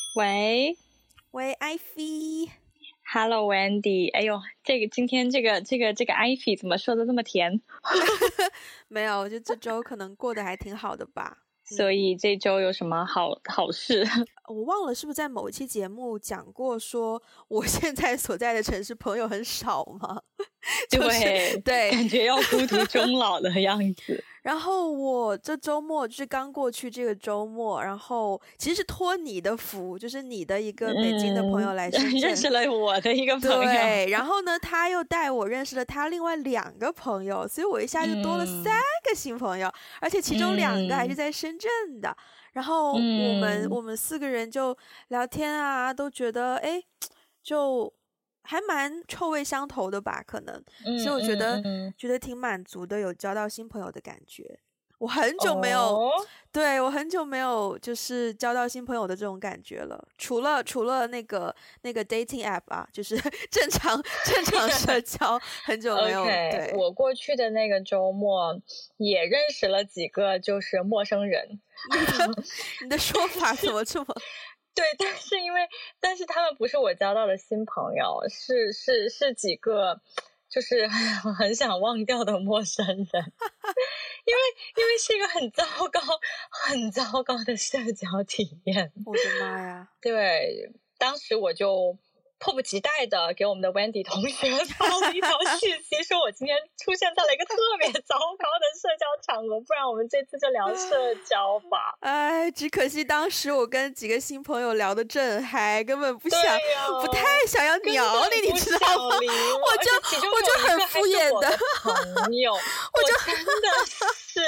喂喂，Ivy。 ，Hello Wendy，哎呦，今天这个 Ivy 怎么说的这么甜？ 没有，就这周可能过得还挺好的吧。 所以这周有什么好事？ 我忘了是不是在某一期节目讲过，说我现在所在的城市朋友很少吗？ 对对， 感觉要孤独终老的样子。 然后我这周末就是刚过去这个周末，然后其实是托你的福，就是你的一个北京的朋友来深圳， 认识了我的一个朋友。 对，然后呢，他又带我认识了他另外2个朋友，所以我一下就多了3个新朋友，而且其中2个还是在深圳的。然后我们4个人就聊天啊，都觉得哎，就还蛮臭味相投的吧，可能，所以我觉得挺满足的，有交到新朋友的感觉。我很久没有，对，我很久没有就是交到新朋友的这种感觉了。除了那个 dating app 啊，就是正常社交，很久没有。对， 我过去的那个周末也认识了几个就是陌生人。 你的说法怎么这么？ 对，但是他们不是我交到的新朋友，是几个就是很想忘掉的陌生人。因为是一个很糟糕的社交体验。 我的妈呀！ 对，当时我就迫不及待的给我们的 Wendy 同学发了一条信息，说我今天出现在了一个特别糟糕的社交场合，不然我们这次就聊社交吧。 哎，只可惜当时我跟几个新朋友聊得正嗨，根本不太想要鸟你，你知道吗？我就很敷衍的朋友，我真的是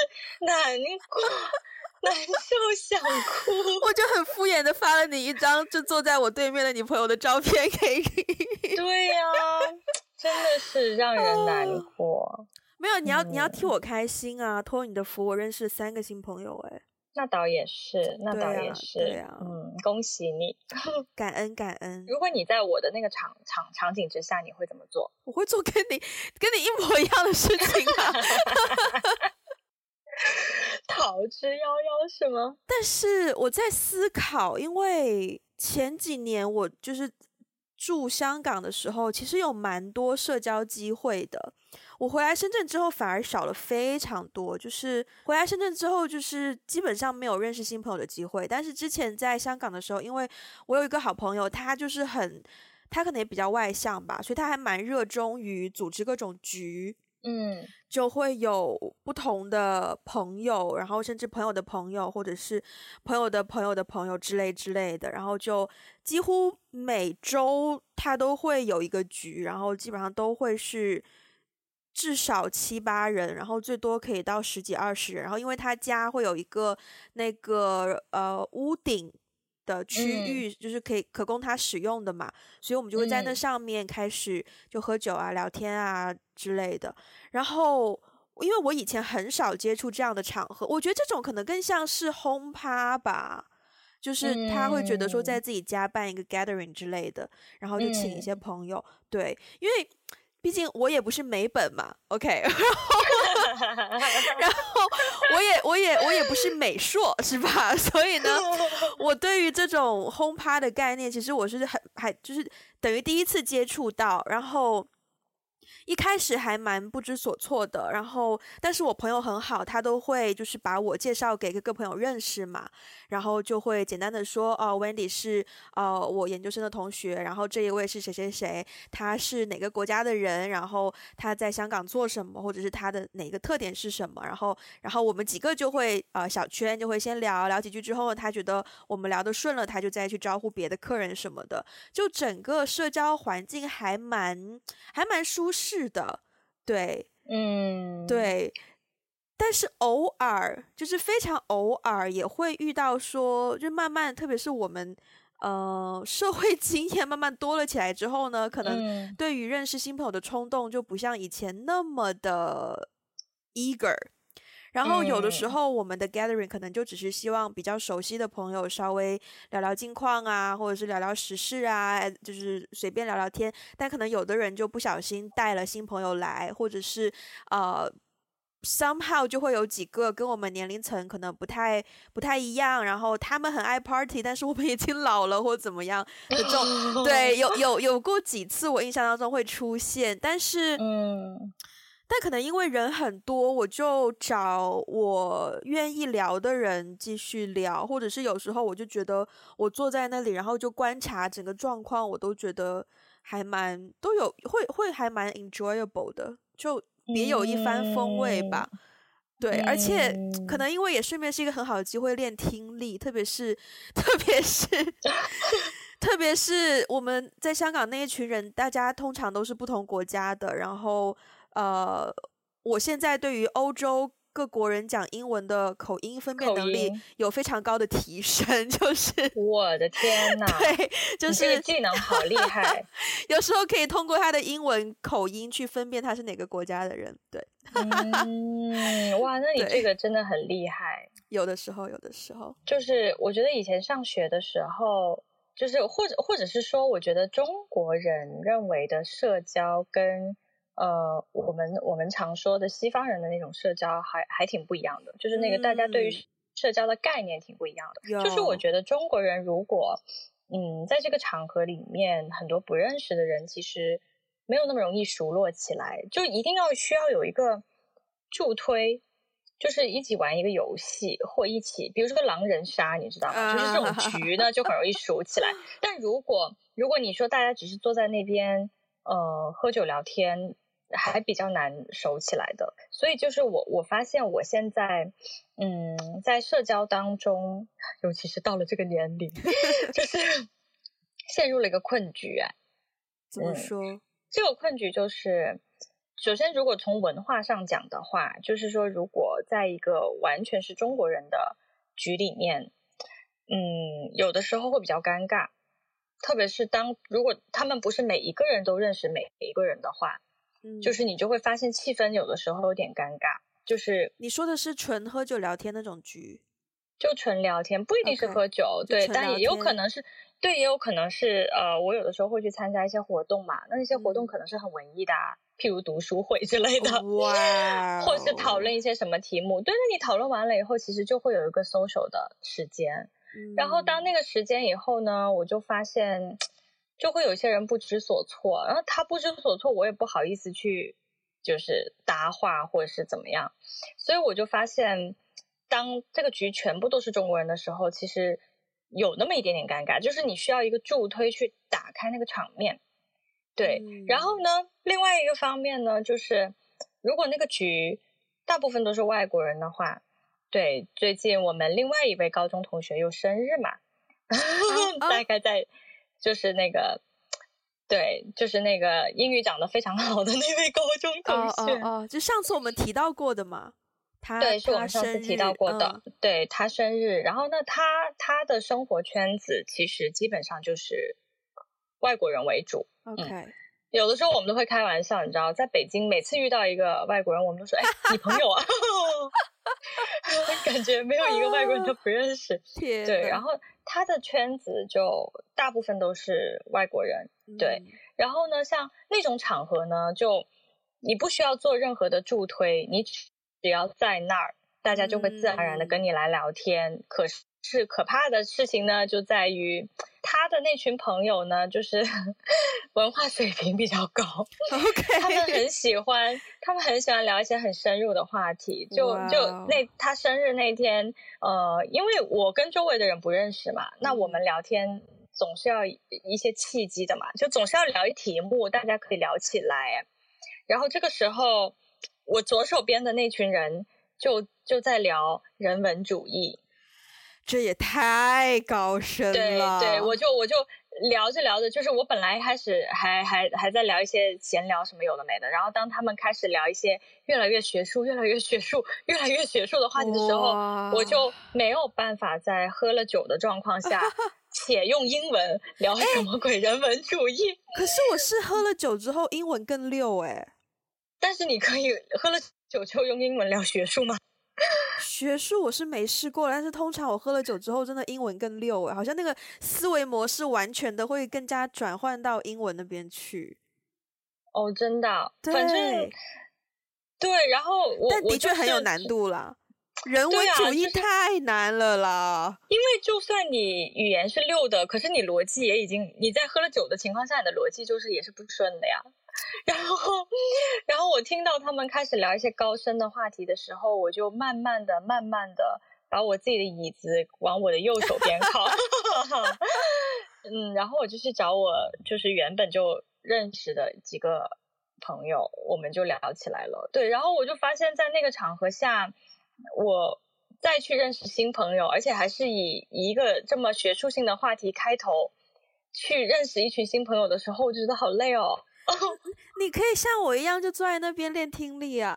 难受想哭， 我就很敷衍的发了你一张就坐在我对面的你朋友的照片给你。 对呀，真的是让人难过。 没有，你要替我开心啊！托你的福，我认识3个新朋友。哎， 那倒也是， 对呀， 恭喜你， 感恩。 如果你在我的那个场景之下，你会怎么做？ 我会做跟你一模一样的事情啊。 逃之夭夭是吗？ 但是我在思考，因为前几年我就是住香港的时候，其实有蛮多社交机会的。我回来深圳之后反而少了非常多，就是回来深圳之后就是基本上没有认识新朋友的机会。但是之前在香港的时候，因为我有一个好朋友，他可能也比较外向吧，所以他还蛮热衷于组织各种局。就会有不同的朋友，然后甚至朋友的朋友，或者是朋友的朋友的朋友之类的，然后就几乎每周他都会有一个局，然后基本上都会是至少7、8人，然后最多可以到10几20人，然后因为他家会有一个那个屋顶的区域，就是可供他使用的嘛，所以我们就会在那上面开始就喝酒啊、聊天啊之类的。然后因为我以前很少接触这样的场合，我觉得这种可能更像是轰趴吧，就是他会觉得说在自己家办一个 gathering 之类的，然后就请一些朋友。对，因为毕竟我也不是美本嘛 ，OK， 然后我也不是美硕，是吧？所以呢，我对于这种轰趴的概念，其实我是就是等于第一次接触到，然后一开始还蛮不知所措的，然后但是我朋友很好，他都会就是把我介绍给各个朋友认识嘛，然后就会简单的说Wendy 是我研究生的同学，然后这一位是谁谁谁，他是哪个国家的人，然后他在香港做什么，或者是他的哪个特点是什么，然后我们几个就会小圈就会先聊几句之后，他觉得我们聊得顺了，他就再去招呼别的客人什么的，就整个社交环境还蛮舒适的。对，对，但是偶尔就是非常偶尔也会遇到说，就慢慢特别是我们社会经验慢慢多了起来之后呢，可能对于认识新朋友的冲动就不像以前那么的 eager。然后有的时候我们的 gathering 可能就只是希望比较熟悉的朋友稍微聊聊近况啊，或者是聊聊时事啊，就是随便聊聊天。但可能有的人就不小心带了新朋友来，或者是 somehow 就会有几个跟我们年龄层可能不太一样，然后他们很爱 party， 但是我们已经老了或怎么样的这种，对，有过几次我印象当中会出现，但是但可能因为人很多，我就找我愿意聊的人继续聊，或者是有时候我就觉得我坐在那里，然后就观察整个状况，我都觉得都有会还蛮 enjoyable 的，就别有一番风味吧。对，而且可能因为也顺便是一个很好的机会练听力，特别是特别是我们在香港那一群人，大家通常都是不同国家的，然后我现在对于欧洲各国人讲英文的口音分辨能力有非常高的提升，就是我的天哪， 对，就是你这个技能好厉害， 有时候可以通过他的英文口音去分辨他是哪个国家的人，对， 哇，那你这个真的很厉害。 有的时候就是我觉得以前上学的时候，就是或者是说，我觉得中国人认为的社交跟我们常说的西方人的那种社交还挺不一样的，就是那个大家对于社交的概念挺不一样的。就是我觉得中国人如果在这个场合里面很多不认识的人，其实没有那么容易熟络起来，就一定需要有一个助推，就是一起玩一个游戏，或一起比如说狼人杀，你知道吗？就是这种局呢就很容易熟起来。但如果你说大家只是坐在那边喝酒聊天，还比较难熟起来的。所以就是我发现我现在在社交当中，尤其是到了这个年龄就是陷入了一个困局。 怎么说？ 这个困局就是首先如果从文化上讲的话，就是说如果在一个完全是中国人的局里面，有的时候会比较尴尬，特别是如果他们不是每一个人都认识每一个人的话，就是你就会发现气氛有的时候有点尴尬。就是你说的是纯喝酒聊天那种局？ 就纯聊天，不一定是喝酒，对，但也有可能是，对，也有可能是我有的时候会去参加一些活动嘛，那些活动可能是很文艺的譬如读书会之类的， 哇， 或是讨论一些什么题目。对，那你讨论完了以后，其实就会有一个 social 的时间。然后当那个时间以后呢，我就发现就会有些人不知所措，然后他不知所措，我也不好意思去就是搭话或者是怎么样，所以我就发现当这个局全部都是中国人的时候，其实有那么一点点尴尬，就是你需要一个助推去打开那个场面。对，然后呢另外一个方面呢，就是如果那个局大部分都是外国人的话，对，最近我们另外一位高中同学又生日嘛大概在就是那个对，就是那个英语讲得非常好的那位高中同学就上次我们提到过的嘛， 对，是我们上次提到过的，对，他生日，然后呢他的生活圈子其实基本上就是外国人为主。 OK， 有的时候我们都会开玩笑，你知道，在北京每次遇到一个外国人，我们都说你朋友啊感觉没有一个外国人都不认识对，然后他的圈子就大部分都是外国人。对，然后呢像那种场合呢，就你不需要做任何的助推，你只要在那儿，大家就会自然而然的跟你来聊天。可是可怕的事情呢就在于他的那群朋友呢，就是文化水平比较高 OK， 他们很喜欢聊一些很深入的话题。他生日那天因为我跟周围的人不认识嘛，那我们聊天总是要一些契机的嘛，就总是要聊一题目大家可以聊起来。然后这个时候我左手边的那群人就在聊人文主义， 这也太高深了。 对，我就聊着聊着，就是我本来开始还在聊一些闲聊什么有的没的，然后当他们开始聊一些越来越学术的话题的时候，我就没有办法在喝了酒的状况下且用英文聊什么鬼人文主义。 可是我是喝了酒之后英文更溜但是你可以喝了酒就用英文聊学术吗？ 学术我是没试过，但是通常我喝了酒之后真的英文更溜好像那个思维模式完全的会更加转换到英文那边去。 真的，反正对，然后但的确很有难度啦，人文主义太难了啦。 因为就算你语言是溜的，可是你逻辑也已经，你在喝了酒的情况下，你的逻辑就是也是不顺的呀。然后我听到他们开始聊一些高深的话题的时候，我就慢慢的把我自己的椅子往我的右手边靠。然后我就去找我就是原本就认识的几个朋友，我们就聊起来了。对，然后我就发现在那个场合下，我再去认识新朋友，而且还是以一个这么学术性的话题开头去认识一群新朋友的时候，我觉得好累哦。 你可以像我一样就坐在那边练听力啊。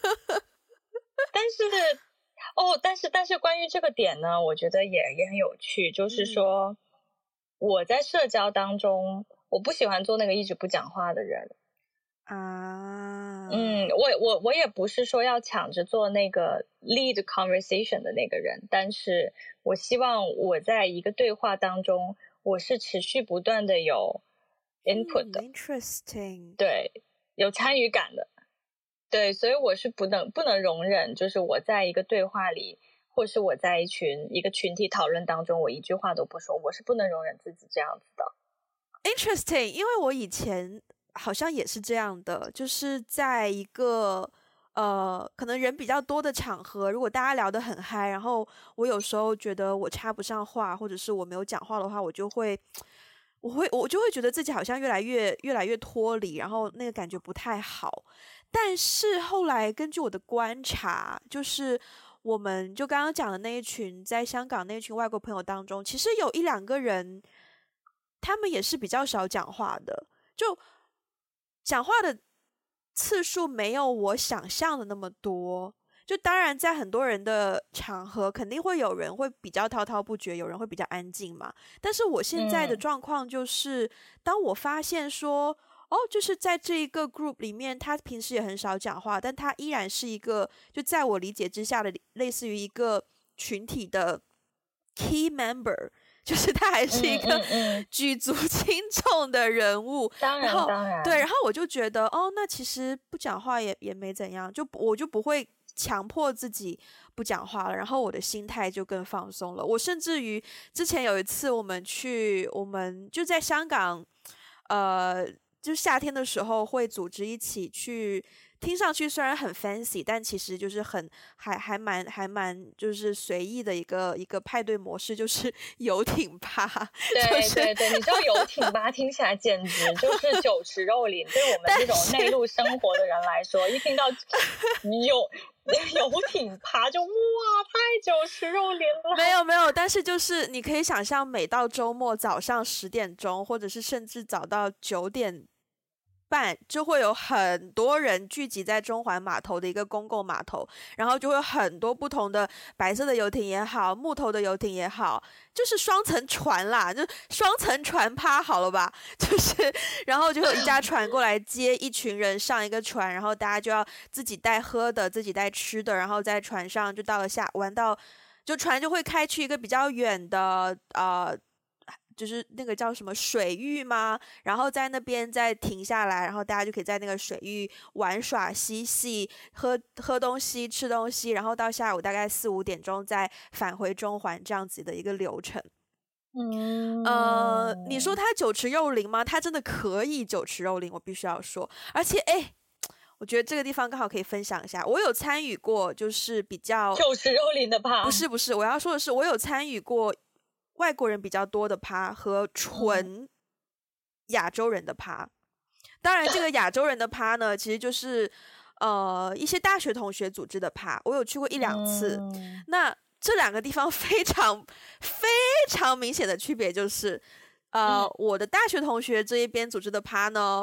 但是关于这个点呢，我觉得也很有趣，就是说我在社交当中，我不喜欢做那个一直不讲话的人啊。 我也不是说要抢着做那个 lead conversation 的那个人，但是我希望我在一个对话当中，我是持续不断的有 input 的 ，interesting， 对，有参与感的，对，所以我是不能容忍，就是我在一个对话里，或是我在一个群体讨论当中，我一句话都不说，我是不能容忍自己这样子的。 interesting， 因为我以前好像也是这样的，就是在一个可能人比较多的场合，如果大家聊得很嗨，然后我有时候觉得我插不上话，或者是我没有讲话的话，我就会觉得自己好像越来越脱离，然后那个感觉不太好。但是后来根据我的观察，就是我们就刚刚讲的那一群在香港那一群外国朋友当中，其实有1-2个人，他们也是比较少讲话的，就讲话的次数没有我想象的那么多。就当然在很多人的场合肯定会有人会比较滔滔不绝，有人会比较安静嘛。但是我现在的状况就是，当我发现说就是在这一个 group 里面，他平时也很少讲话，但他依然是一个就在我理解之下的类似于一个群体的 key member， 就是他还是一个举足轻重的人物。 当然对，然后我就觉得那其实不讲话也没怎样，我就不会强迫自己不讲话了，然后我的心态就更放松了。我甚至于之前有一次我们就在香港就夏天的时候会组织一起去，听上去虽然很 fancy， 但其实就是还蛮就是随意的一个派对模式，就是游艇趴。 对对，你知道游艇趴听起来简直就是酒池肉林，对我们这种内陆生活的人来说，一听到游艇趴就哇，太酒池肉林了。 没有，但是就是你可以想象，每到周末早上10点钟，或者是甚至早到9点半，就会有很多人聚集在中环码头的一个公共码头，然后就会有很多不同的白色的游艇也好，木头的游艇也好，就是双层船啦，就双层船趴好了吧，就是然后就有一架船过来接一群人上一个船，然后大家就要自己带喝的，自己带吃的，然后在船上就到了玩到就船就会开去一个比较远的就是那个叫什么水域吗？然后在那边再停下来，然后大家就可以在那个水域玩耍嬉戏，喝东西吃东西，然后到下午大概4-5点钟再返回中环，这样子的一个流程。你说他酒池肉林吗？他真的可以酒池肉林，我必须要说。而且我觉得这个地方刚好可以分享一下，我有参与过就是比较酒池肉林的趴。 不是，我要说的是我有参与过外国人比较多的趴和纯亚洲人的趴。当然这个亚洲人的趴呢，其实就是一些大学同学组织的趴，我有去过1-2次。那这2个地方非常非常明显的区别就是，我的大学同学这一边组织的趴呢，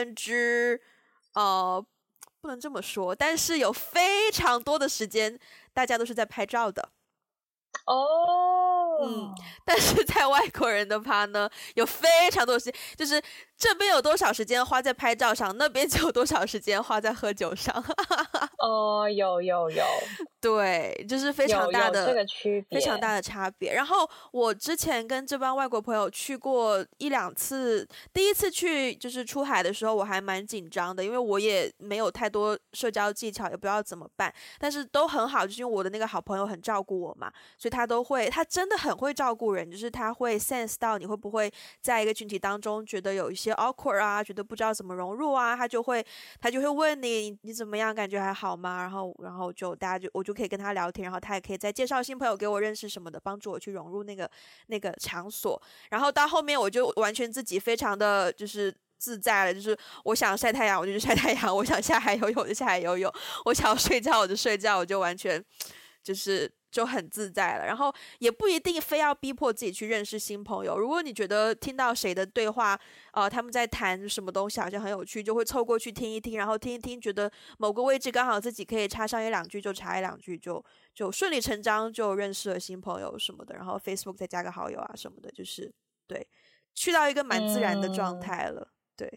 不能这么说，但是有非常多的时间大家都是在拍照的。但是在外国人的趴呢，有非常多的时间，就是这边有多少时间花在拍照上，那边就有多少时间花在喝酒上。 哦，有， 对，就是非常大的有这个区别， 非常大的差别。然后我之前跟这帮外国朋友去过一两次，第一次去就是出海的时候，我还蛮紧张的，因为我也没有太多社交技巧，也不知道怎么办。但是都很好，就是因为我的那个好朋友很照顾我嘛，所以他真的很会照顾人，就是他会 sense 到你会不会在一个群体当中觉得有一些 awkward 啊，觉得不知道怎么融入啊，他就会问你怎么样，感觉还好吗？然后我就可以跟他聊天，然后他也可以再介绍新朋友给我认识什么的，帮助我去融入那个场所。然后到后面我就完全自己非常的就是自在了，就是我想晒太阳我就去晒太阳，我想下海游泳我就下海游泳，我想要睡觉我就睡觉，我就完全就很自在了。然后也不一定非要逼迫自己去认识新朋友，如果你觉得听到谁的对话他们在谈什么东西好像很有趣，就会凑过去听一听，然后听一听觉得某个位置刚好自己可以插上一两句就插一两句，就顺理成章就认识了新朋友什么的，然后 Facebook 再加个好友啊什么的，就是对，去到一个蛮自然的状态了。对，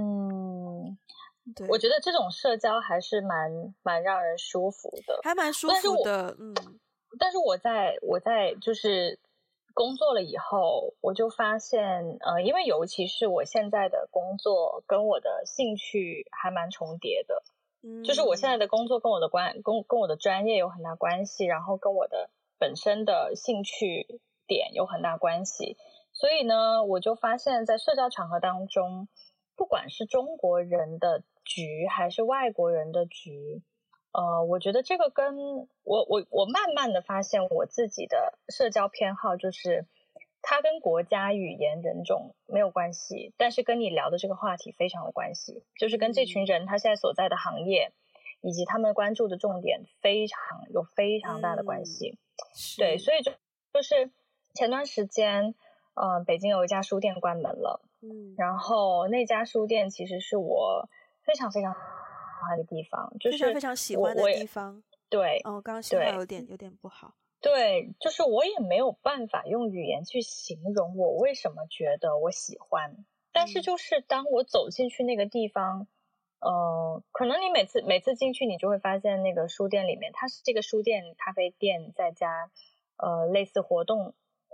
对， 我觉得这种社交还是蛮让人舒服的， 还蛮舒服的。 但是我在就是工作了以后，我就发现因为尤其是我现在的工作跟我的兴趣还蛮重叠的，就是我现在的工作跟我的专业有很大关系，然后跟我的本身的兴趣点有很大关系，所以呢，我就发现在社交场合当中，不管是中国人的局还是外国人的局，我觉得这个跟我慢慢的发现我自己的社交偏好，就是它跟国家、语言、人种没有关系，但是跟你聊的这个话题非常有关系，就是跟这群人他现在所在的行业以及他们关注的重点有非常大的关系。对，所以就是前段时间北京有一家书店关门了，然后那家书店其实是我非常非常喜欢的地方，就是非常非常喜欢的地方。 对， 刚刚信号有点不好。 对，就是我也没有办法用语言去形容我为什么觉得我喜欢，但是就是当我走进去那个地方，可能你每次进去，你就会发现那个书店里面，它是这个书店、咖啡店再加类似活动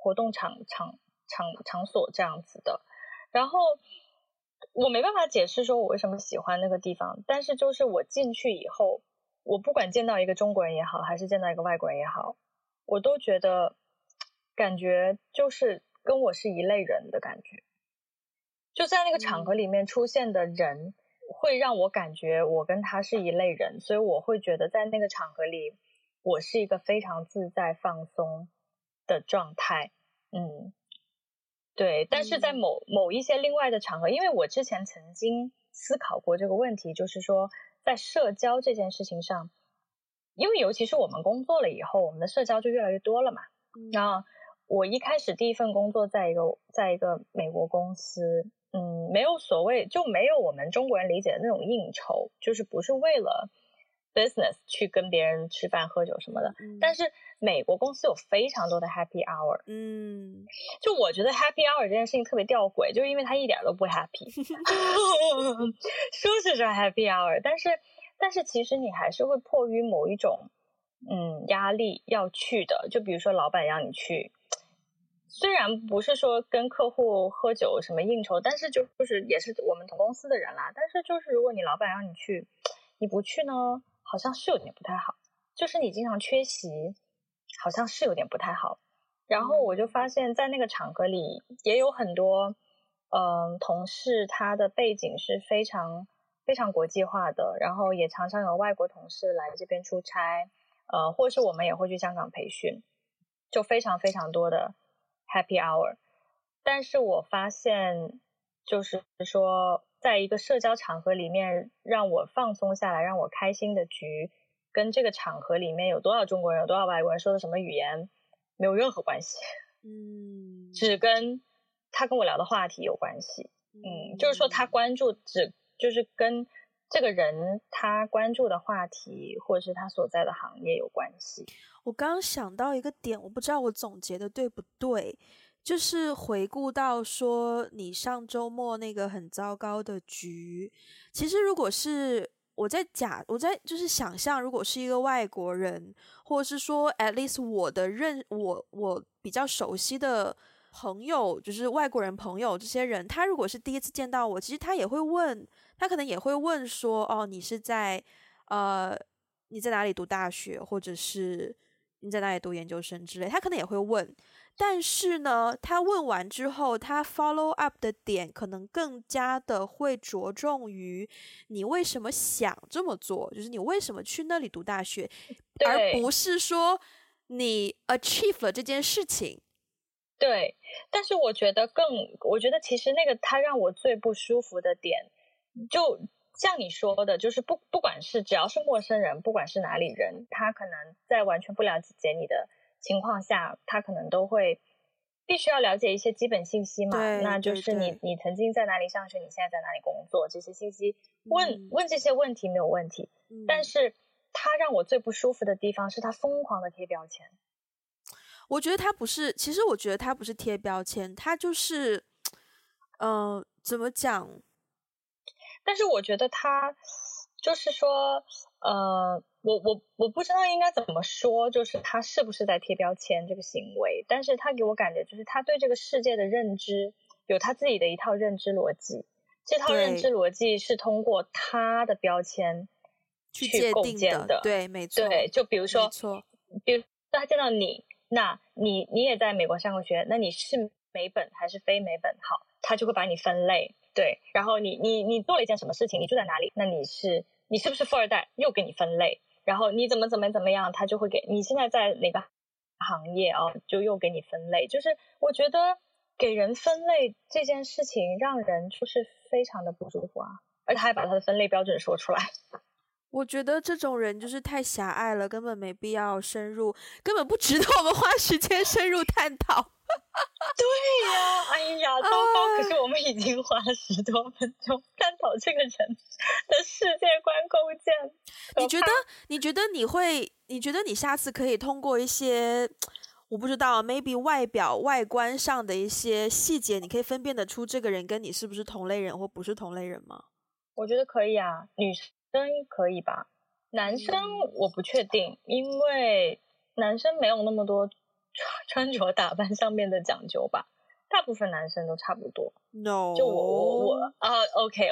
场所这样子的，然后我没办法解释说我为什么喜欢那个地方，但是就是我进去以后，我不管见到一个中国人也好，还是见到一个外国人也好，我都觉得感觉就是跟我是一类人的感觉，就在那个场合里面出现的人会让我感觉我跟他是一类人，所以我会觉得在那个场合里我是一个非常自在放松的状态。对，但是在某一些另外的场合，因为我之前曾经思考过这个问题，就是说在社交这件事情上，因为尤其是我们工作了以后，我们的社交就越来越多了嘛。然后我一开始第一份工作在一个美国公司，没有所谓，就没有我们中国人理解的那种应酬，就是不是为了 business 去跟别人吃饭喝酒什么的。但是美国公司有非常多的 happy hour，就我觉得 happy hour 这件事情特别吊诡，就是因为它一点都不 happy， 说是说 happy hour， 但是其实你还是会迫于某一种压力要去的，就比如说老板让你去，虽然不是说跟客户喝酒什么应酬，但是就是也是我们同公司的人啦，但是就是如果你老板让你去，你不去呢，好像是有点不太好，就是你经常缺席，好像是有点不太好。然后我就发现在那个场合里也有很多同事，他的背景是非常非常国际化的，然后也常常有外国同事来这边出差，或是我们也会去香港培训，就非常非常多的 happy hour。但是我发现就是说在一个社交场合里面让我放松下来让我开心的局，跟这个场合里面有多少中国人有多少外国人说的什么语言没有任何关系，只跟他跟我聊的话题有关系。就是说他关注就是跟这个人他关注的话题或者是他所在的行业有关系。 我刚刚想到一个点，我不知道我总结的对不对， 就是回顾到说你上周末那个很糟糕的局，其实如果是我在就是想象，如果是一个外国人，或者是说 at least 我比较熟悉的朋友，就是外国人朋友这些人，他如果是第一次见到我，其实他可能也会问说，哦，你在哪里读大学，或者是你在哪里读研究生之类，他可能也会问。但是呢，他问完之后，他 follow up 的点可能更加的会着重于你为什么想这么做，就是你为什么去那里读大学，而不是说你 achieve 了这件事情。 对，但是我觉得其实那个他让我最不舒服的点，就像你说的，就是不管是只要是陌生人，不管是哪里人，他可能在完全不了解你的情况下，他可能都会必须要了解一些基本信息嘛。那就是你曾经在哪里上学，你现在在哪里工作，这些信息问这些问题没有问题。但是他让我最不舒服的地方是他疯狂的贴标签。 我觉得他不是，其实我觉得他不是贴标签，他就是怎么讲？ 但是我觉得他就是说我不知道应该怎么说，就是他是不是在贴标签这个行为，但是他给我感觉就是他对这个世界的认知有他自己的一套认知逻辑，这套认知逻辑是通过他的标签去构建的。 对，没错。 对，就比如说他见到你，那你也在美国上过学，那你是美本还是非美本？好，他就会把你分类。对，然后你做了一件什么事情，你住在哪里，那你是不是富二代，又给你分类。然后你怎么样，他就会给你现在在哪个行业啊，就又给你分类。就是我觉得给人分类这件事情让人就是非常的不舒服啊，而且他还把他的分类标准说出来。 我觉得这种人就是太狭隘了，根本没必要深入，根本不值得我们花时间深入探讨。 对呀，哎呀，糟糕！可是我们已经花了10多分钟探讨这个人的世界观构建。 你觉得你下次可以通过一些我不知道 maybe 外观上的一些细节，你可以分辨得出这个人跟你是不是同类人或不是同类人吗？ 我觉得可以啊，女生可以吧，男生我不确定，因为男生没有那么多穿着打扮上面的讲究吧，大部分男生都差不多。 No， 就我OK，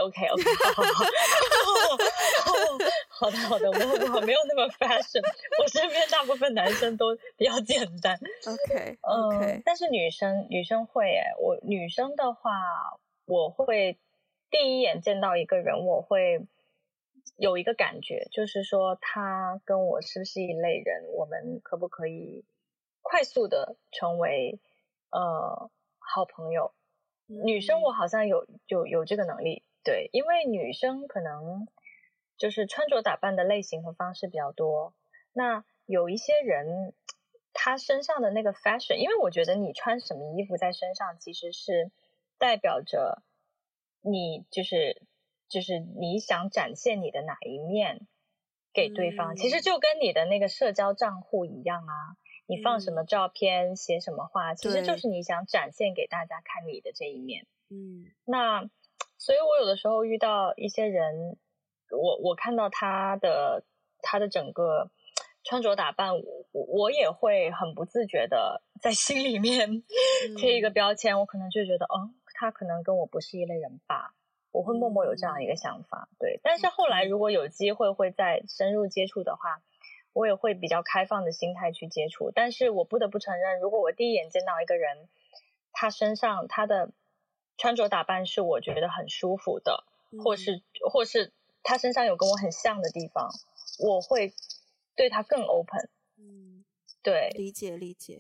好的，我没有那么 fashion， 我身边大部分男生都比较简单。 OK， 但是女生会我女生的话，我会第一眼见到一个人，我会有一个感觉，就是说他跟我是不是一类人，我们可不可以快速的成为好朋友。女生我好像有这个能力。对，因为女生可能就是穿着打扮的类型和方式比较多，那有一些人他身上的那个 fashion， 因为我觉得你穿什么衣服在身上其实是代表着你就是你想展现你的哪一面给对方，其实就跟你的那个社交账户一样啊，你放什么照片，写什么话，其实就是你想展现给大家看你的这一面。那所以我有的时候遇到一些人，我看到他的整个穿着打扮，我也会很不自觉的在心里面贴一个标签，我可能就觉得他可能跟我不是一类人吧，我会默默有这样一个想法。对，但是后来如果有机会会再深入接触的话，我也会比较开放的心态去接触。但是我不得不承认，如果我第一眼见到一个人，他身上他的穿着打扮是我觉得很舒服的，或是他身上有跟我很像的地方，我会对他更 open。对， 理解。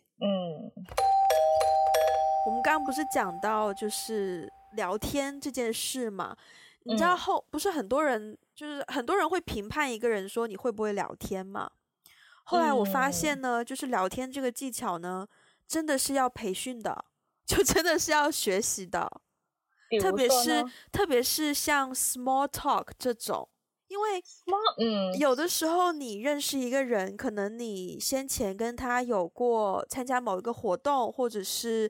我们刚刚不是讲到就是聊天这件事嘛？你知道不是很多人会评判一个人说你会不会聊天嘛？后来我发现呢，就是聊天这个技巧呢，真的是要培训的，就真的是要学习的。特别是像 small talk 这种，因为有的时候你认识一个人，可能你先前跟他有过参加某一个活动，或者是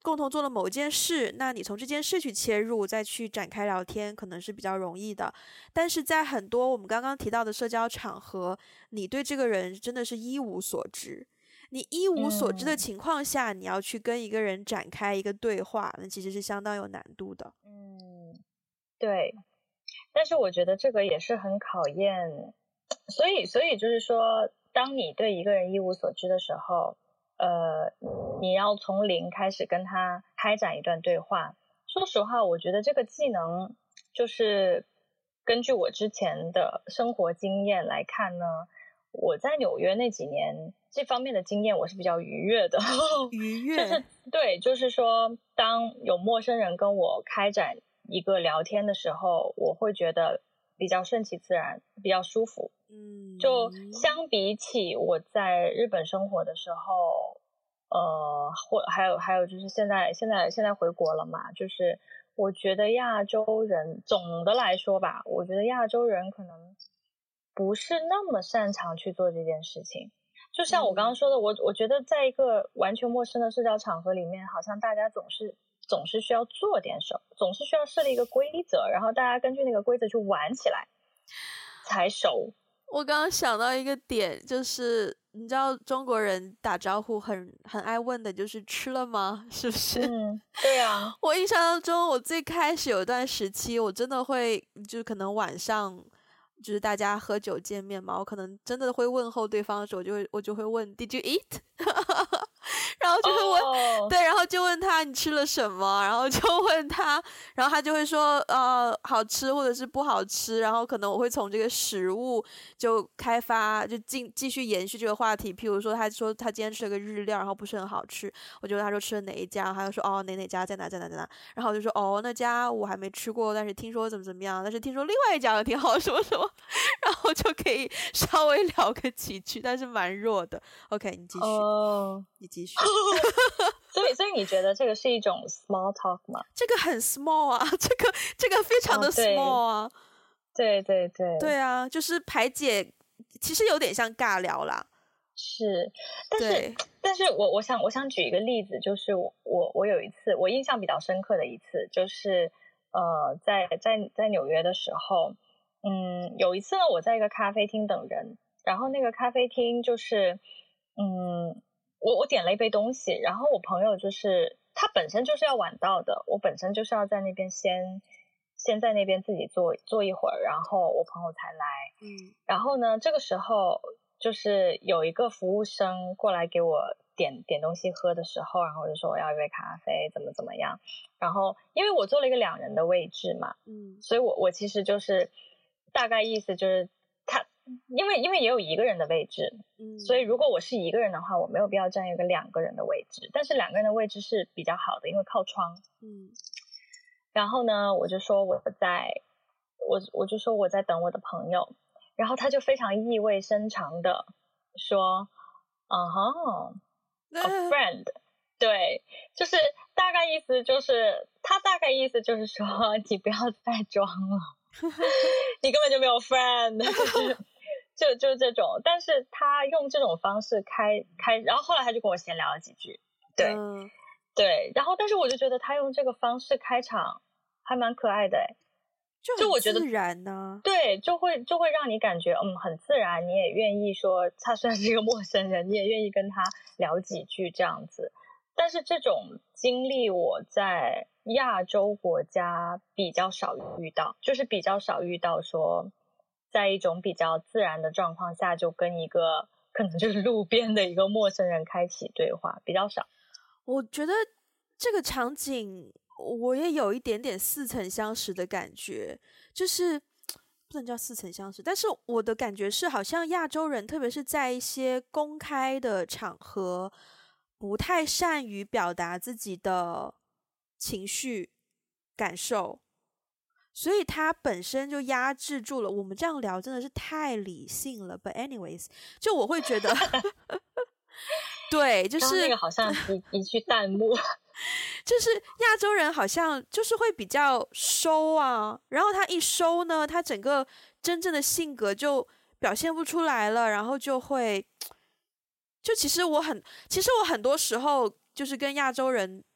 共同做了某件事，那你从这件事去切入，再去展开聊天，可能是比较容易的。但是在很多我们刚刚提到的社交场合，你对这个人真的是一无所知。你一无所知的情况下，你要去跟一个人展开一个对话，那其实是相当有难度的。 对。但是我觉得这个也是很考验，所以就是说，当你对一个人一无所知的时候，你要从零开始跟他开展一段对话。说实话，我觉得这个技能就是根据我之前的生活经验来看呢，我在纽约那几年这方面的经验我是比较愉悦的。 愉悦， 就是对，就是说，当有陌生人跟我开展一个聊天的时候，我会觉得比较顺其自然，比较舒服。就相比起我在日本生活的时候，还有就是现在回国了嘛，就是我觉得亚洲人总的来说吧，我觉得亚洲人可能不是那么擅长去做这件事情。就像我刚刚说的，我觉得在一个完全陌生的社交场合里面，好像大家总是需要做点什么，总是需要设立一个规则，然后大家根据那个规则去玩起来才熟。 我刚刚想到一个点，就是你知道中国人打招呼很爱问的就是吃了吗？是不是？ 对啊。 我印象当中，我最开始有一段时期，我真的会就可能晚上就是大家喝酒见面嘛，我可能真的会问候对方的时候，我就会问 Did you eat？ 然后就会问对，然后就问他你吃了什么，然后就问他，然后他就会说好吃或者是不好吃，然后可能我会从这个食物就开发就继续延续这个话题。譬如说他说他今天吃了个日料，然后不是很好吃，我就问他说吃了哪一家，他就说哪家在哪，然后我就说那家我还没吃过，但是听说怎么样，但是听说另外一家的挺好什么什么，然后就可以稍微聊个几句，但是蛮弱的。OK， 你继续你继续。 所以你觉得这个是一种 small talk 吗？ 这个很 small 啊，这个非常的 small 啊。 对对啊，就是排解，其实有点像尬聊啦。 是，但是我想举一个例子，就是我有一次我印象比较深刻的一次，就是在纽约的时候，有一次呢，我在一个咖啡厅等人，然后那个咖啡厅就是我点了一杯东西，然后我朋友就是他本身就是要晚到的，我本身就是要在那边先在那边自己坐一会儿，然后我朋友才来。然后呢，这个时候就是有一个服务生过来给我点东西喝的时候，然后我就说我要一杯咖啡，怎么样。然后因为我坐了一个2人的位置嘛，所以我其实就是大概意思就是他因为也有1个人的位置，所以如果我是1个人的话，我没有必要占一个2个人的位置，但是2个人的位置是比较好的，因为靠窗。然后呢，我就说我就说我在等我的朋友，然后他就非常意味深长的说a friend。 对，就是大概意思就是说你不要再装了你根本就没有 friend 就这种。但是他用这种方式开，然后后来他就跟我闲聊了几句。对，然后但是我就觉得他用这个方式开场还蛮可爱的， 就我觉得自然呢。 对，就会让你感觉很自然，你也愿意说他虽然是一个陌生人，你也愿意跟他聊几句这样子。但是这种经历我在亚洲国家比较少遇到，就是比较少遇到说在一种比较自然的状况下就跟一个可能就是路边的一个陌生人开启对话，比较少。 我觉得这个场景我也有一点点似曾相识的感觉，就是不能叫似曾相识，但是我的感觉是好像亚洲人特别是在一些公开的场合不太善于表达自己的情绪感受，所以他本身就压制住了。我们这样聊真的是太理性了 But anyways， 就我会觉得对，就是那个好像一句弹幕就是亚洲人好像就是会比较收啊，然后他一收呢，他整个真正的性格就表现不出来了，然后就会其实我很多时候就是跟亚洲人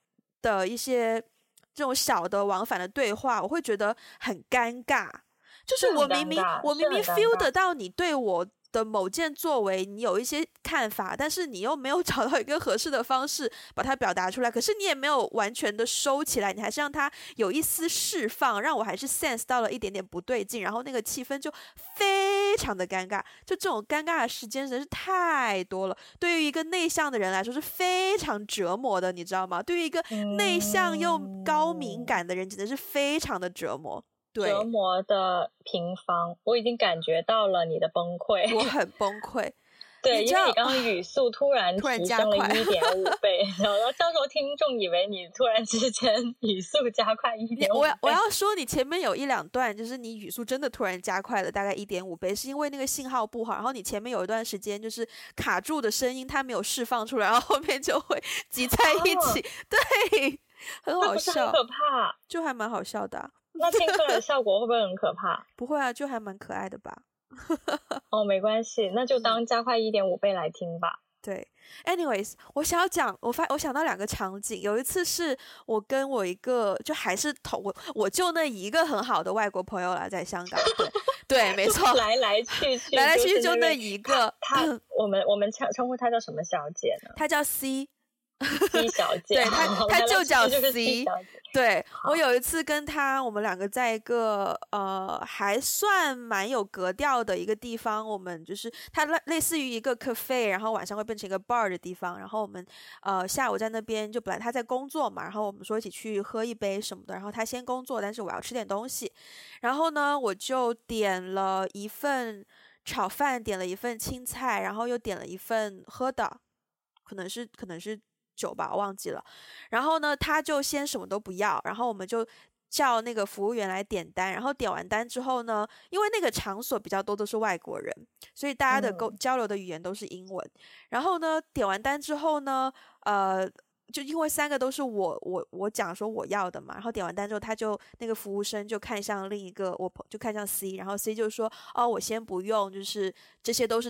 的一些这种小的往返的对话，我会觉得很尴尬。就是我明明 feel 得到你对我的某件作为你有一些看法，但是你又没有找到一个合适的方式把它表达出来，可是你也没有完全的收起来，你还是让它有一丝释放，让我还是 sense 到了一点点不对劲，然后那个气氛就非常的尴尬。就这种尴尬的时间真是太多了，对于一个内向的人来说是非常折磨的，你知道吗？对于一个内向又高敏感的人简直是非常的折磨。 折磨的平方，我已经感觉到了你的崩溃， 我很崩溃。 对，因为你刚刚语速突然提升了1.5倍，然后到时候听众以为你突然之间语速加快1.5倍。 我要说，你前面有一两段就是你语速真的突然加快了大概1.5倍，是因为那个信号不好，然后你前面有一段时间就是卡住的声音它没有释放出来，然后后面就会挤在一起，对，很好笑， 很可怕， 就还蛮好笑的那听出来的效果会不会很可怕？ 不会啊，就还蛮可爱的吧。 哦，没关系，那就当加快1.5倍来听吧。 对 ，anyways， 我想要讲，我想到2个场景。有一次是我跟我一个就还是我就那一个很好的外国朋友啦，在香港，对，没错， 来来去去就那一个。 我们称呼她叫什么小姐呢？ 她叫 C 小姐， 对，她就叫 C。 对，我有一次跟她，我们2个在一个还算蛮有格调的一个地方，我们就是它类似于一个 cafe， 然后晚上会变成一个 bar 的地方，然后我们下午在那边，就本来她在工作嘛，然后我们说一起去喝一杯什么的，然后她先工作，但是我要吃点东西，然后呢我就点了一份炒饭，点了一份青菜，然后又点了一份喝的，可能是酒吧，我忘记了。然后呢，他就先什么都不要，然后我们就叫那个服务员来点单。然后点完单之后呢，因为那个场所比较多都是外国人，所以大家的交流的语言都是英文。然后呢，点完单之后呢，就因为3个都是我讲说我要的嘛，然后点完单之后，那个服务生就看向另一个，我就看向 C， 然后 C 就说哦，我先不用，就是这些都是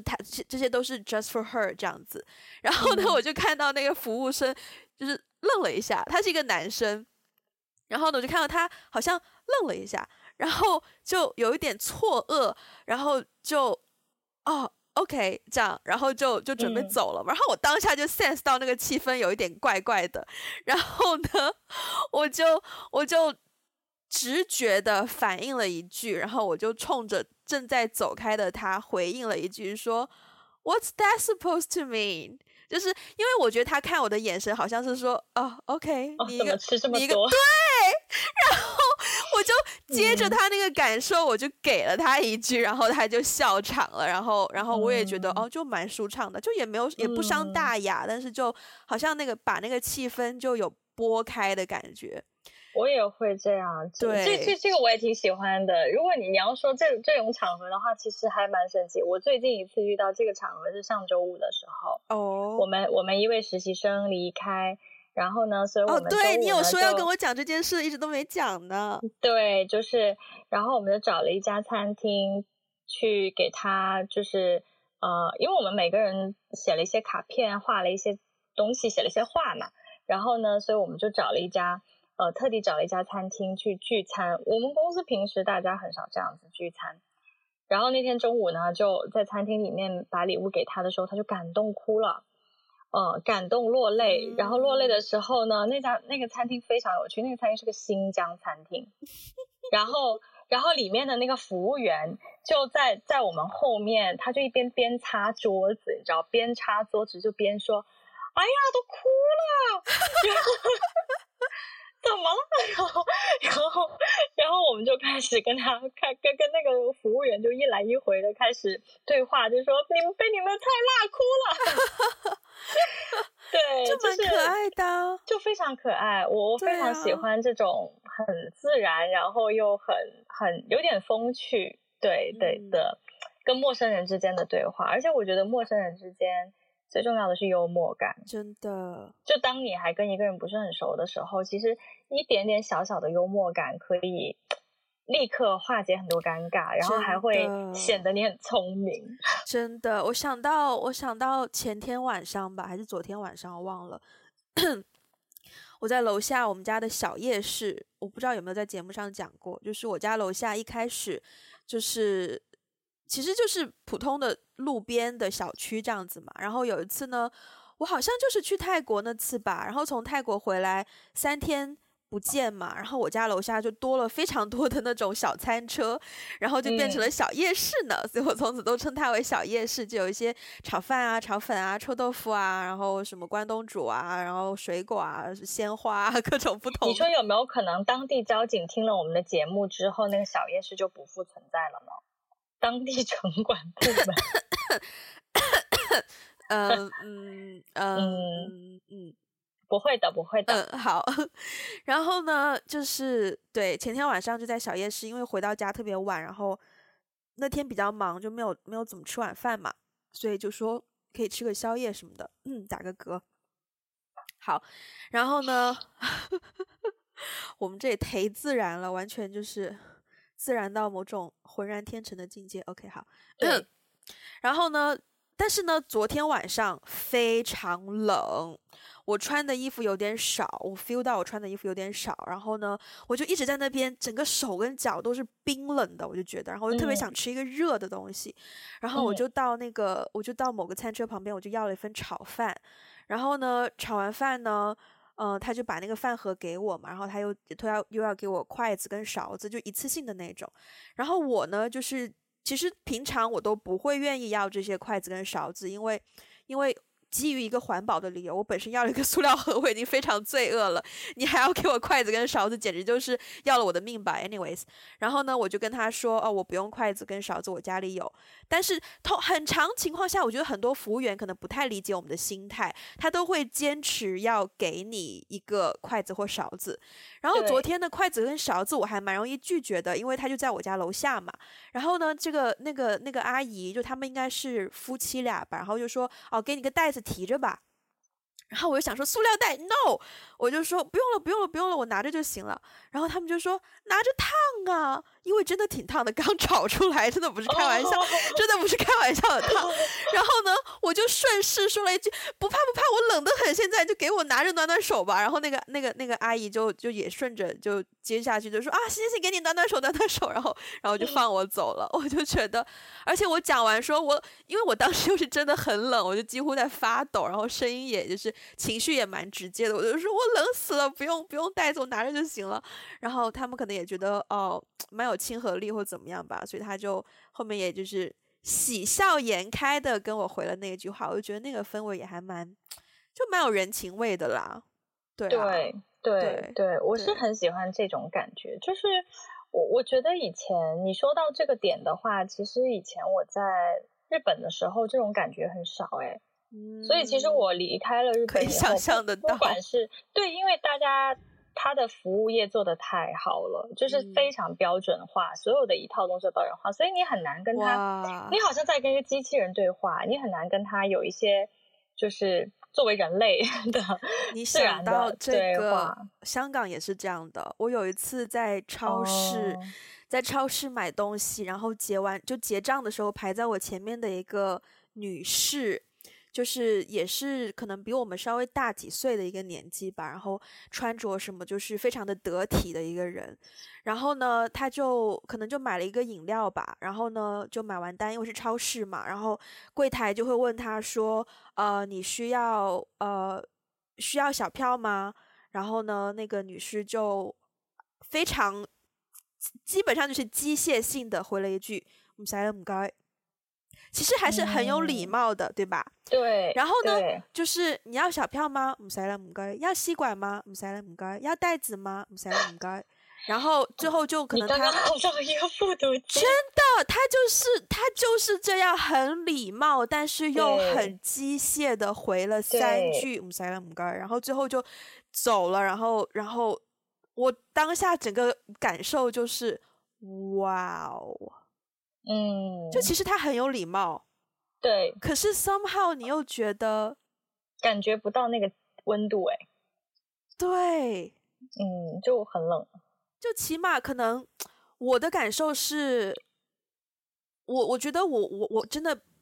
just for her 这样子。然后呢，我就看到那个服务生就是愣了一下，他是一个男生，然后呢，我就看到他好像愣了一下，然后就有一点错愕，然后就OK， 这样，然后就准备走了，然后我当下就 sense 到那个气氛有一点怪怪的，然后呢，我就直觉的反应了一句，然后我就冲着正在走开的他回应了一句说 What's that supposed to mean？ 就是因为我觉得他看我的眼神好像是说OK， 你怎么吃这么多？ 对，然后我就接着他那个感受，我就给了他一句，然后他就笑场了，然后我也觉得就蛮舒畅的，就也不伤大雅，但是就好像把那个气氛就有拨开的感觉。 我也会这样， 对， 这个我也挺喜欢的。如果你要说这种场合的话，其实还蛮神奇。我最近一次遇到这个场合是上周五的时候，我们一位实习生离开，然后呢，所以我们对，你有说要跟我讲这件事，一直都没讲呢。 对，就是然后我们就找了一家餐厅去给他，就是因为我们每个人写了一些卡片，画了一些东西，写了一些话嘛，然后呢，所以我们就特地找了一家餐厅去聚餐。我们公司平时大家很少这样子聚餐，然后那天中午呢，就在餐厅里面把礼物给他的时候，他就感动哭了，感动落泪。然后落泪的时候呢，那个餐厅非常有趣，那个餐厅是个新疆餐厅，然后里面的那个服务员就在我们后面，他就一边擦桌子，你知道，边擦桌子就边说：“哎呀，都哭了。”怎么了？然后我们就开始跟那个服务员就一来一回的开始对话，就说被你们的菜辣哭了。对， 就蛮可爱的， 就非常可爱。我非常喜欢这种很自然，然后又很有点风趣，对的，跟陌生人之间的对话。而且我觉得陌生人之间最重要的是幽默感， 真的。 就当你还跟一个人不是很熟的时候，其实一点点小小的幽默感可以立刻化解很多尴尬，然后还会显得你很聪明。 真的，我想到前天晚上吧，还是昨天晚上，我忘了。 我在楼下我们家的小夜市，我不知道有没有在节目上讲过，就是我家楼下一开始就是其实就是普通的路边的小区这样子嘛。然后有一次呢，我好像就是去泰国那次吧，然后从泰国回来3天不见嘛，然后我家楼下就多了非常多的那种小餐车，然后就变成了小夜市呢，所以我从此都称它为小夜市，就有一些炒饭啊、炒粉啊、臭豆腐啊，然后什么关东煮啊，然后水果啊、鲜花啊，各种不同的。 你说有没有可能当地交警听了我们的节目之后，那个小夜市就不复存在了呢？当地城管部门不会的，不会的。 好。然后呢，就是对，前天晚上就在小夜市，因为回到家特别晚，然后那天比较忙，就没有怎么吃晚饭嘛，所以就说可以吃个宵夜什么的，打个嗝。好，然后呢，我们这也忒自然了，完全就是自然到某种浑然天成的境界。OK， 好。然后呢，但是呢，昨天晚上非常冷，我穿的衣服有点少，我 feel 到我穿的衣服有点少，然后呢，我就一直在那边，整个手跟脚都是冰冷的，我就觉得，然后我就特别想吃一个热的东西，然后我就到某个餐车旁边，我就要了一份炒饭，然后呢，炒完饭呢，他就把那个饭盒给我嘛，然后他又要给我筷子跟勺子，就一次性的那种，然后我呢，就是其实平常我都不会愿意要这些筷子跟勺子，因为基于一个环保的理由，我本身要了一个塑料盒，我已经非常罪恶了，你还要给我筷子跟勺子，简直就是要了我的命吧。anyways， 然后呢，我就跟他说，我不用筷子跟勺子，我家里有。但是很长情况下，我觉得很多服务员可能不太理解我们的心态，他都会坚持要给你一个筷子或勺子。然后昨天的筷子跟勺子我还蛮容易拒绝的，因为他就在我家楼下嘛。然后呢，那个阿姨就他们应该是夫妻俩吧，然后就说，给你个袋子提着吧。然后我就想说塑料袋 no， 我就说不用了，我拿着就行了。然后他们就说拿着烫啊，因为真的挺烫的，刚炒出来，真的不是开玩笑，真的不是开玩笑的烫。然后呢，我就顺势说了一句不怕，我冷得很，现在就给我拿着暖暖手吧。然后那个阿姨就也顺着就接下去就说行，给你暖暖手，然后就放我走了。我就觉得，而且我讲完说因为我当时又是真的很冷，我就几乎在发抖，然后声音也就是情绪也蛮直接的，我就说我冷死了，不用袋子，我拿着就行了。然后他们可能也觉得蛮有亲和力或怎么样吧，所以他就后面也就是喜笑颜开的跟我回了那句话，我就觉得那个氛围也还蛮有人情味的啦。对啊， 对，我是很喜欢这种感觉。就是我觉得以前你说到这个点的话，其实以前我在日本的时候这种感觉很少所以其实我离开了日本以后，可以想象得到， 不管是对，因为他的服务业做得太好了，就是非常标准化，所有的一套东西都标准化，所以你很难跟他，你好像在跟一个机器人对话，你很难跟他有一些就是作为人类的你想到这个香港也是这样的。我有一次在超市买东西，然后结账的时候，排在我前面的一个女士，就是也是可能比我们稍微大几岁的一个年纪吧，然后穿着什么就是非常的得体的一个人。然后呢，他就可能就买了一个饮料吧，然后呢就买完单，因为是超市嘛，然后柜台就会问他说你需要小票吗？然后呢那个女士就非常基本上就是机械性的回了一句唔使唔該，其实还是很有礼貌的，对吧？ 对。 然后呢，就是你要小票吗？唔使啦唔該。要吸管吗？唔使啦唔該。要袋子吗？唔使啦唔該。然后最后就可能他你刚刚好像一个复读机， 真的，他就是这样很礼貌，但是又很机械的回了3句唔使啦唔該，然后最后就走了。然后我当下整个感受就是哇哦。就其实他很有礼貌， 对， 可是 somehow 你又觉得感觉不到那个温度对， 就很冷。 就起码可能我的感受是，我觉得我真的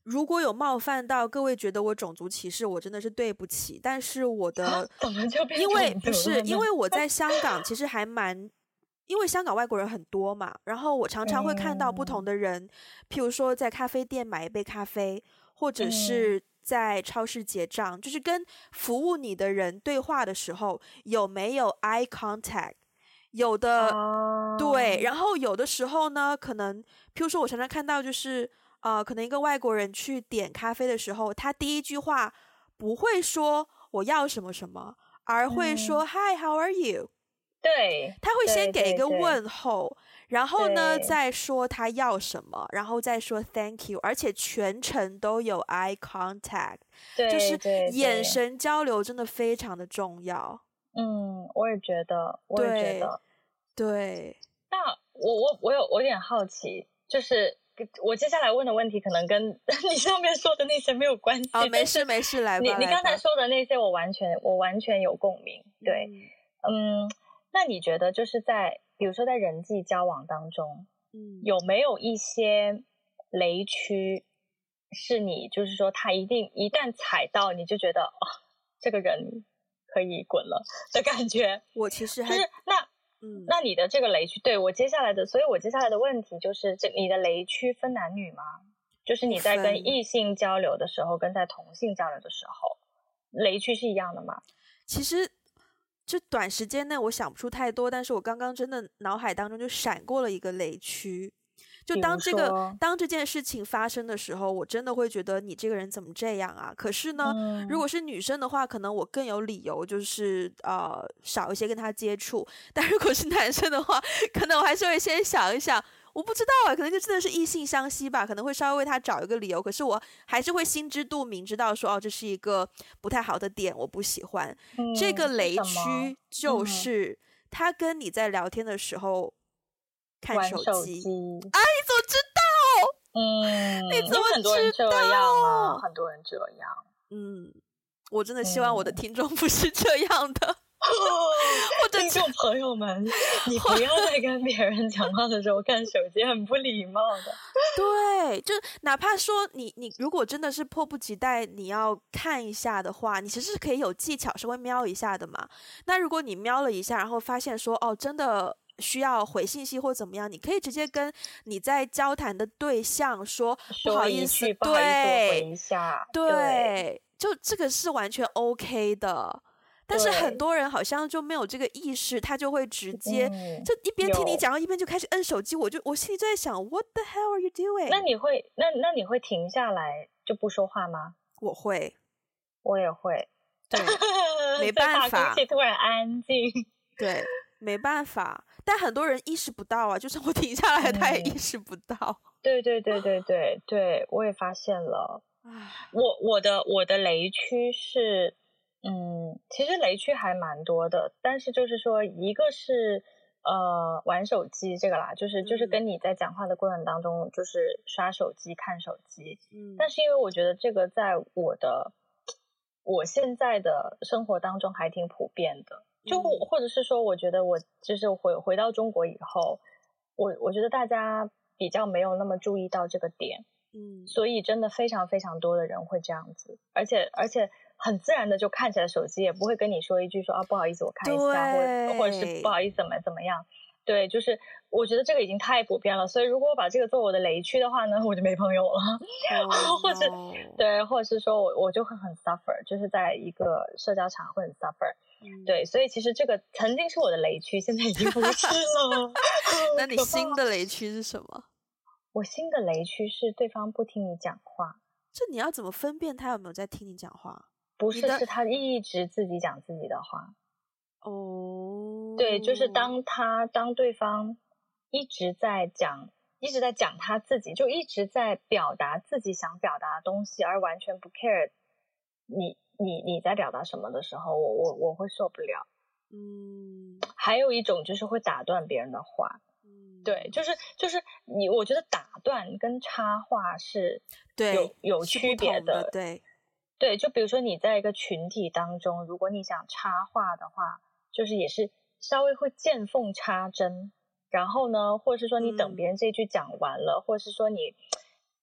如果有冒犯到各位觉得我种族歧视，我真的是对不起。但是我的怎么就变因为种族不是了呢因为我在香港其实还蛮，因为香港外国人很多嘛，然后我常常会看到不同的人，譬如说在咖啡店买一杯咖啡，或者是在超市结账，就是跟服务你的人对话的时候，有没有 eye contact？有的，对，然后有的时候呢，可能譬如说我常常看到就是可能一个外国人去点咖啡的时候，他第一句话不会说我要什么什么，而会说Hi, how are you？ 对， 他会先给一个对问候，然后呢对再说他要什么，然后再说 Thank you，而且全程都有 eye contact，就是对眼神交流真的非常的重要。 我也觉得，我也觉得。 对。 那我有点好奇，就是我接下来问的问题可能跟你上面说的那些没有关系。 没事没事，来吧。 你刚才说的那些我完全有共鸣。对，那你觉得就是比如说在人际交往当中，有没有一些雷区是你就是说他一旦踩到你就觉得这个人可以滚了的感觉？ 我其实还就是那你的这个雷区，对，所以我接下来的问题就是，你的雷区分男女吗？就是你在跟异性交流的时候，跟在同性交流的时候，雷区是一样的吗？ 其实这短时间内我想不出太多，但是我刚刚真的脑海当中就闪过了一个雷区。就当这件事情发生的时候，我真的会觉得你这个人怎么这样啊？可是呢，如果是女生的话，可能我更有理由就是少一些跟他接触。但如果是男生的话，可能我还是会先想一想，我不知道可能就真的是异性相吸吧，可能会稍微为他找一个理由。可是我还是会心知肚明，知道说这是一个不太好的点，我不喜欢。这个雷区就是他跟你在聊天的时候看手机。你怎么知道？你怎么很多人这样啊，很多人这样。 我真的希望我的听众不是这样的。 或者听众朋友们，你不要再跟别人讲话的时候看手机，很不礼貌的。 对，就哪怕说你如果真的是迫不及待你要看一下的话，你其实是可以有技巧稍微瞄一下的嘛。那如果你瞄了一下，然后发现说真的需要回信息或怎么样，你可以直接跟你在交谈的对象说不好意思， 不好意思，我回一下。 对，就这个是完全 OK 的。但是很多人好像就没有这个意识，他就会直接就一边听你讲，一边就开始摁手机。我心里就在想 ，What the hell are you doing？ 那你会停下来就不说话吗？ 我会， 我也会。 对，没办法， 空气突然安静。 对，没办法。但很多人意识不到啊，就算我停下来，他也意识不到。 对，我也发现了。我的雷区是。其实雷区还蛮多的，但是就是说，一个是玩手机这个啦，就是跟你在讲话的过程当中，就是刷手机、看手机。但是因为我觉得这个在我现在的生活当中还挺普遍的，就或者是说，我觉得我就是回到中国以后，我觉得大家比较没有那么注意到这个点。所以真的非常非常多的人会这样子，而且很自然的就看起来手机，也不会跟你说一句说不好意思我看一下，或者是不好意思怎么样。对，就是我觉得这个已经太普遍了，所以如果我把这个做我的雷区的话呢，我就没朋友了。或者是说我就会很 suffer， 就是在一个社交场会很 suffer。对，所以其实这个曾经是我的雷区，现在已经不是了。 那你新的雷区是什么？ 我新的雷区是对方不听你讲话。 这你要怎么分辨他有没有在听你讲话？ 不是，是他一直自己讲自己的话。对，就是当对方一直在讲他自己，就一直在表达自己想表达的东西，而完全不 care 你在表达什么的时候，我会受不了。还有一种就是会打断别人的话。对，就是我觉得打断跟插话是有区别的。对，就比如说你在一个群体当中，如果你想插话的话，就是也是稍微会见缝插针，然后呢，或者是说你等别人这句讲完了，或者是说你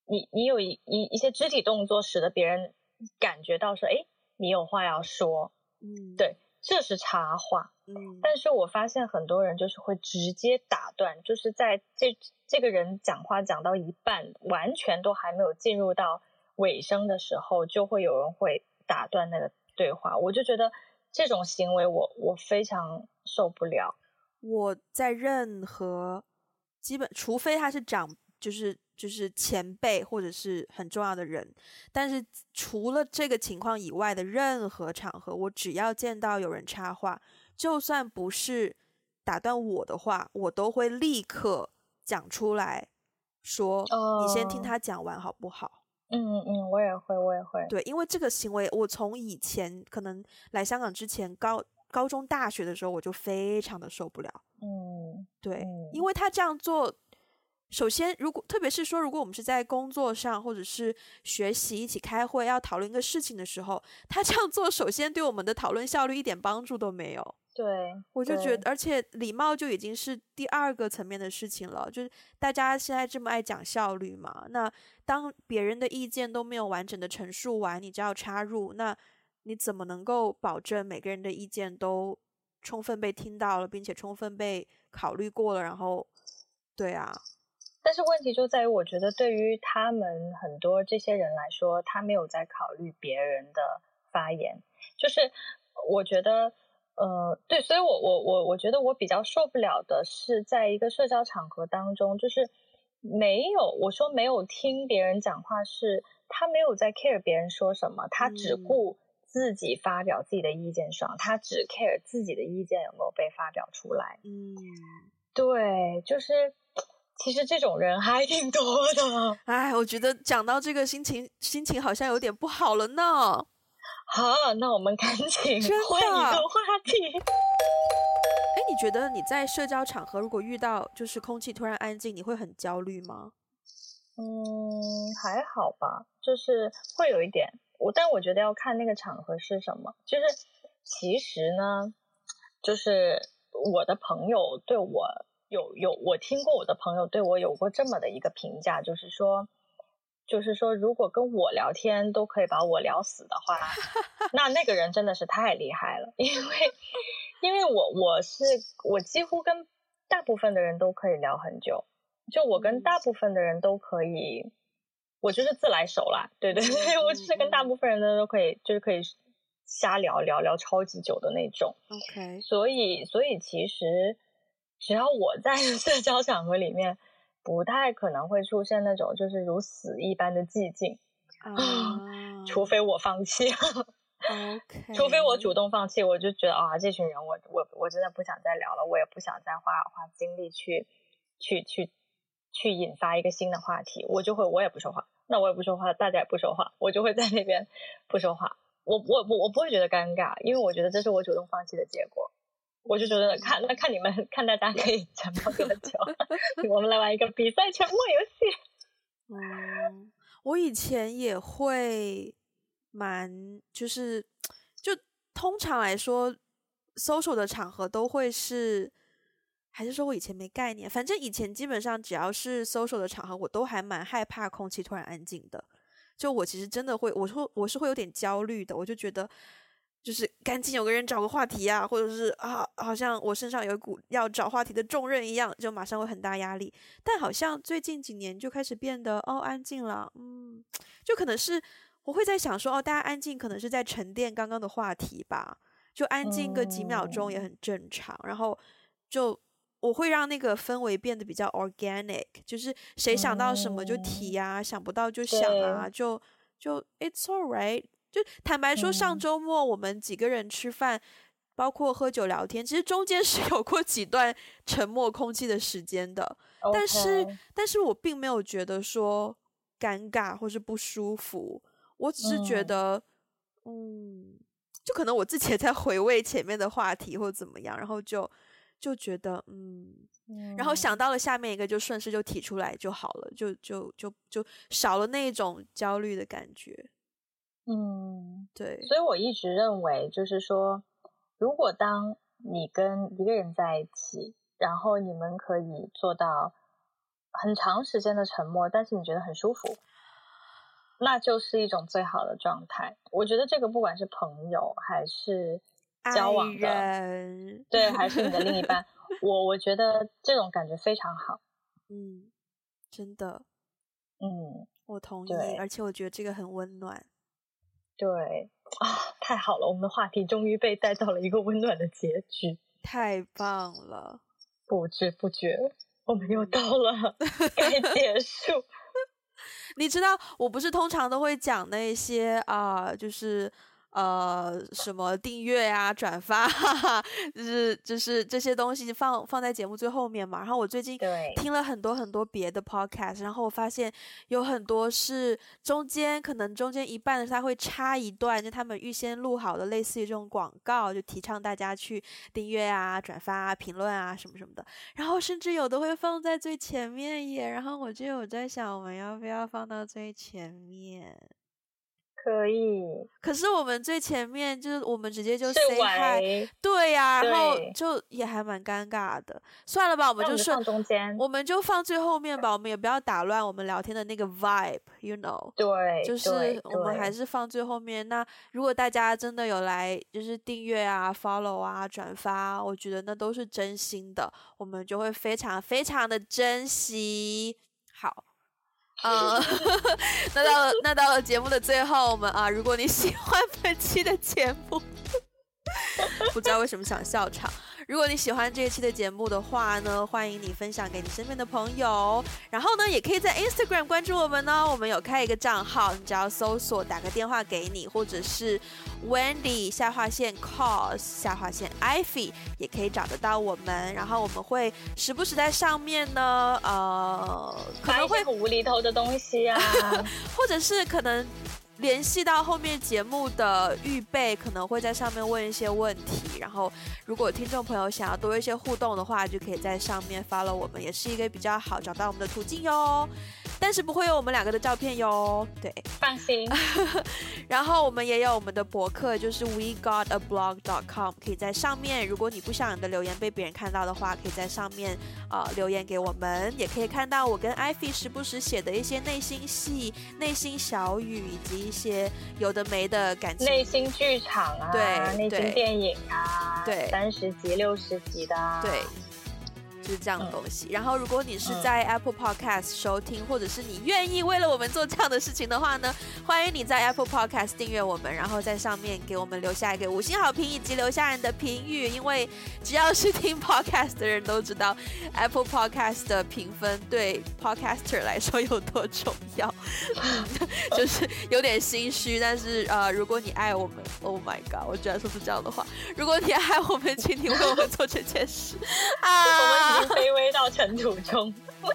你有一些肢体动作，使得别人感觉到说，哎，你有话要说，对，这是插话。但是我发现很多人就是会直接打断，就是在这个人讲话讲到一半，完全都还没有进入到尾声的时候，就会有人会打断那个对话。我就觉得这种行为我非常受不了。 我在任何除非他是就是前辈或者是很重要的人，但是除了这个情况以外的任何场合，我只要见到有人插话，就算不是打断我的话，我都会立刻讲出来说，你先听他讲完好不好？ 我也会。 对，因为这个行为我从以前可能来香港之前高中大学的时候我就非常的受不了。对，因为他这样做，首先特别是说如果我们是在工作上或者是学习一起开会要讨论一个事情的时候，他这样做首先对我们的讨论效率一点帮助都没有。 对， 我就觉得，而且礼貌就已经是第二个层面的事情了，就是大家现在这么爱讲效率嘛，那当别人的意见都没有完整的陈述完，你就要插入，那你怎么能够保证每个人的意见都充分被听到了，并且充分被考虑过了？然后对啊， 但是问题就在于，我觉得对于他们很多这些人来说，他没有在考虑别人的发言，就是我觉得对，所以我觉得我比较受不了的是，在一个社交场合当中，就是我说没有听别人讲话，是他没有在 care 别人说什么，他只顾自己发表自己的意见上，他只 care 自己的意见有没有被发表出来。对，就是其实这种人还挺多的。 哎，我觉得讲到这个心情好像有点不好了呢。 好，那我们赶紧换一个话题。 你觉得你在社交场合如果遇到就是空气突然安静，你会很焦虑吗？ 还好吧，就是会有一点，但我觉得要看那个场合是什么。就是其实呢，就是我的朋友对我我听过我的朋友对我有过这么的一个评价，就是说如果跟我聊天都可以把我聊死的话，那个人真的是太厉害了。因为我几乎跟大部分的人都可以聊很久，就我跟大部分的人都可以，我就是自来熟啦，对，我就是跟大部分人都可以，就是可以瞎聊超级久的那种。 OK， 所以其实只要我在社交场合里面，不太可能会出现那种就是如死一般的寂静，除非我放弃。 OK， 除非我主动放弃，我就觉得这群人我真的不想再聊了，我也不想再花精力去引发一个新的话题，我也不说话，那我也不说话，大家也不说话，我就会在那边不说话。我不会觉得尴尬，因为我觉得这是我主动放弃的结果。我就觉得看大家可以沉默多久。我们来玩一个比赛沉默游戏。 我以前也会就通常来说 social 的场合都会是，还是说我以前没概念，反正以前基本上只要是 social 的场合，我都还蛮害怕空气突然安静的。就我其实真的会，我是会有点焦虑的，我就觉得就是赶紧有个人找个话题啊，或者是好像我身上有一股要找话题的重任一样，就马上会很大压力。但好像最近几年就开始变得安静了，就可能是我会在想说大家安静可能是在沉淀刚刚的话题吧，就安静个几秒钟也很正常。然后就我会让那个氛围变得比较 organic， 就是谁想到什么就提啊，想不到就想啊，就 it's alright。就坦白说，上周末我们几个人吃饭，包括喝酒聊天，其实中间是有过几段沉默空气的时间的。但是我并没有觉得说尴尬或是不舒服，我只是觉得就可能我自己也在回味前面的话题或怎么样，然后就觉得然后想到了下面一个就顺势就提出来就好了，就少了那种焦虑的感觉。对， 所以我一直认为就是说，如果当你跟一个人在一起，然后你们可以做到很长时间的沉默，但是你觉得很舒服， 那就是一种最好的状态。我觉得这个不管是朋友还是交往的人， 对，还是你的另一半，我觉得这种感觉非常好。 真的，我同意，而且我觉得这个很温暖。 对啊，太好了，我们的话题终于被带到了一个温暖的结局， 太棒了！ 不知不觉我们又到了该结束。 你知道，我不是通常都会讲那些就是什么订阅啊、转发就是这些东西放在节目最后面嘛。然后我最近听了很多很多别的 podcast， 然后我发现有很多是可能中间一半的他会插一段，就他们预先录好的类似于这种广告，就提倡大家去订阅啊、转发啊、评论啊什么什么的。然后甚至有的会放在最前面耶。然后我就有在想，我们要不要放到最前面？ 可以， 可是我们最前面就是我们直接就 say hi， 对呀，然后就也还蛮尴尬的。算了吧，我们就放中间， 我们就放最后面吧。我们也不要打乱我们聊天的那个 vibe，you know。 对， 就是我们还是放最后面。那如果大家真的有来就是订阅啊、follow 啊、转发，我觉得那都是真心的，我们就会非常非常的珍惜。好。那到了节目的最后，我们如果你喜欢本期的节目，不知道为什么想笑场。如果你喜欢这一期的节目的话呢，欢迎你分享给你身边的朋友。然后呢，也可以在 Instagram 关注我们呢，我们有开一个账号，你只要搜索打个电话给你，或者是 Wendy_cos_Ivy 也可以找得到我们。然后我们会时不时在上面呢，可能会无厘头的东西啊， 或者是可能联系到后面节目的预备，可能会在上面问一些问题。然后如果听众朋友想要多一些互动的话，就可以在上面 follow 我们，也是一个比较好找到我们的途径哟。但是不会有我们两个的照片哟，对， 放心。 然后我们也有我们的博客，就是 wegotablog.com， 可以在上面，如果你不想你的留言被别人看到的话，可以在上面留言给我们，也可以看到我跟 Ivy 时不时写的一些内心戏、内心小语，以及一些有的没的感情、 内心剧场啊， 对， 内心电影啊， 对 ，30集、60集的啊， 对。就是这样的东西。然后如果你是在 Apple Podcast 收听，或者是你愿意为了我们做这样的事情的话呢，欢迎你在 Apple Podcast 订阅我们，然后在上面给我们留下一个5星好评，以及留下你的评语。因为只要是听 Podcast 的人都知道 Apple Podcast 的评分对 Podcaster 来说有多重要。就是有点心虚，但是如果你爱我们 ，Oh my God， 我居然说出这样的话。如果你爱我们，请你为我们做这件事啊！我们已经卑微到尘土中。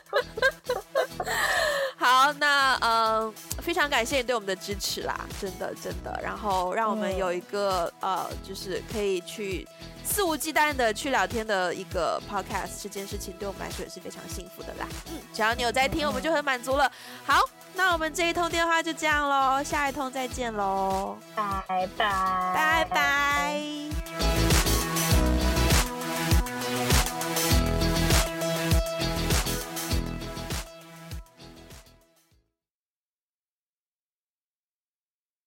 好，那非常感谢你对我们的支持啦，真的。然后让我们有一个就是可以去肆无忌惮的去聊天的一个 podcast， 这件事情对我们来说也是非常幸福的啦。只要你有在听，我们就很满足了。好，那我们这一通电话就这样咯，下一通再见咯， 拜拜， 拜拜。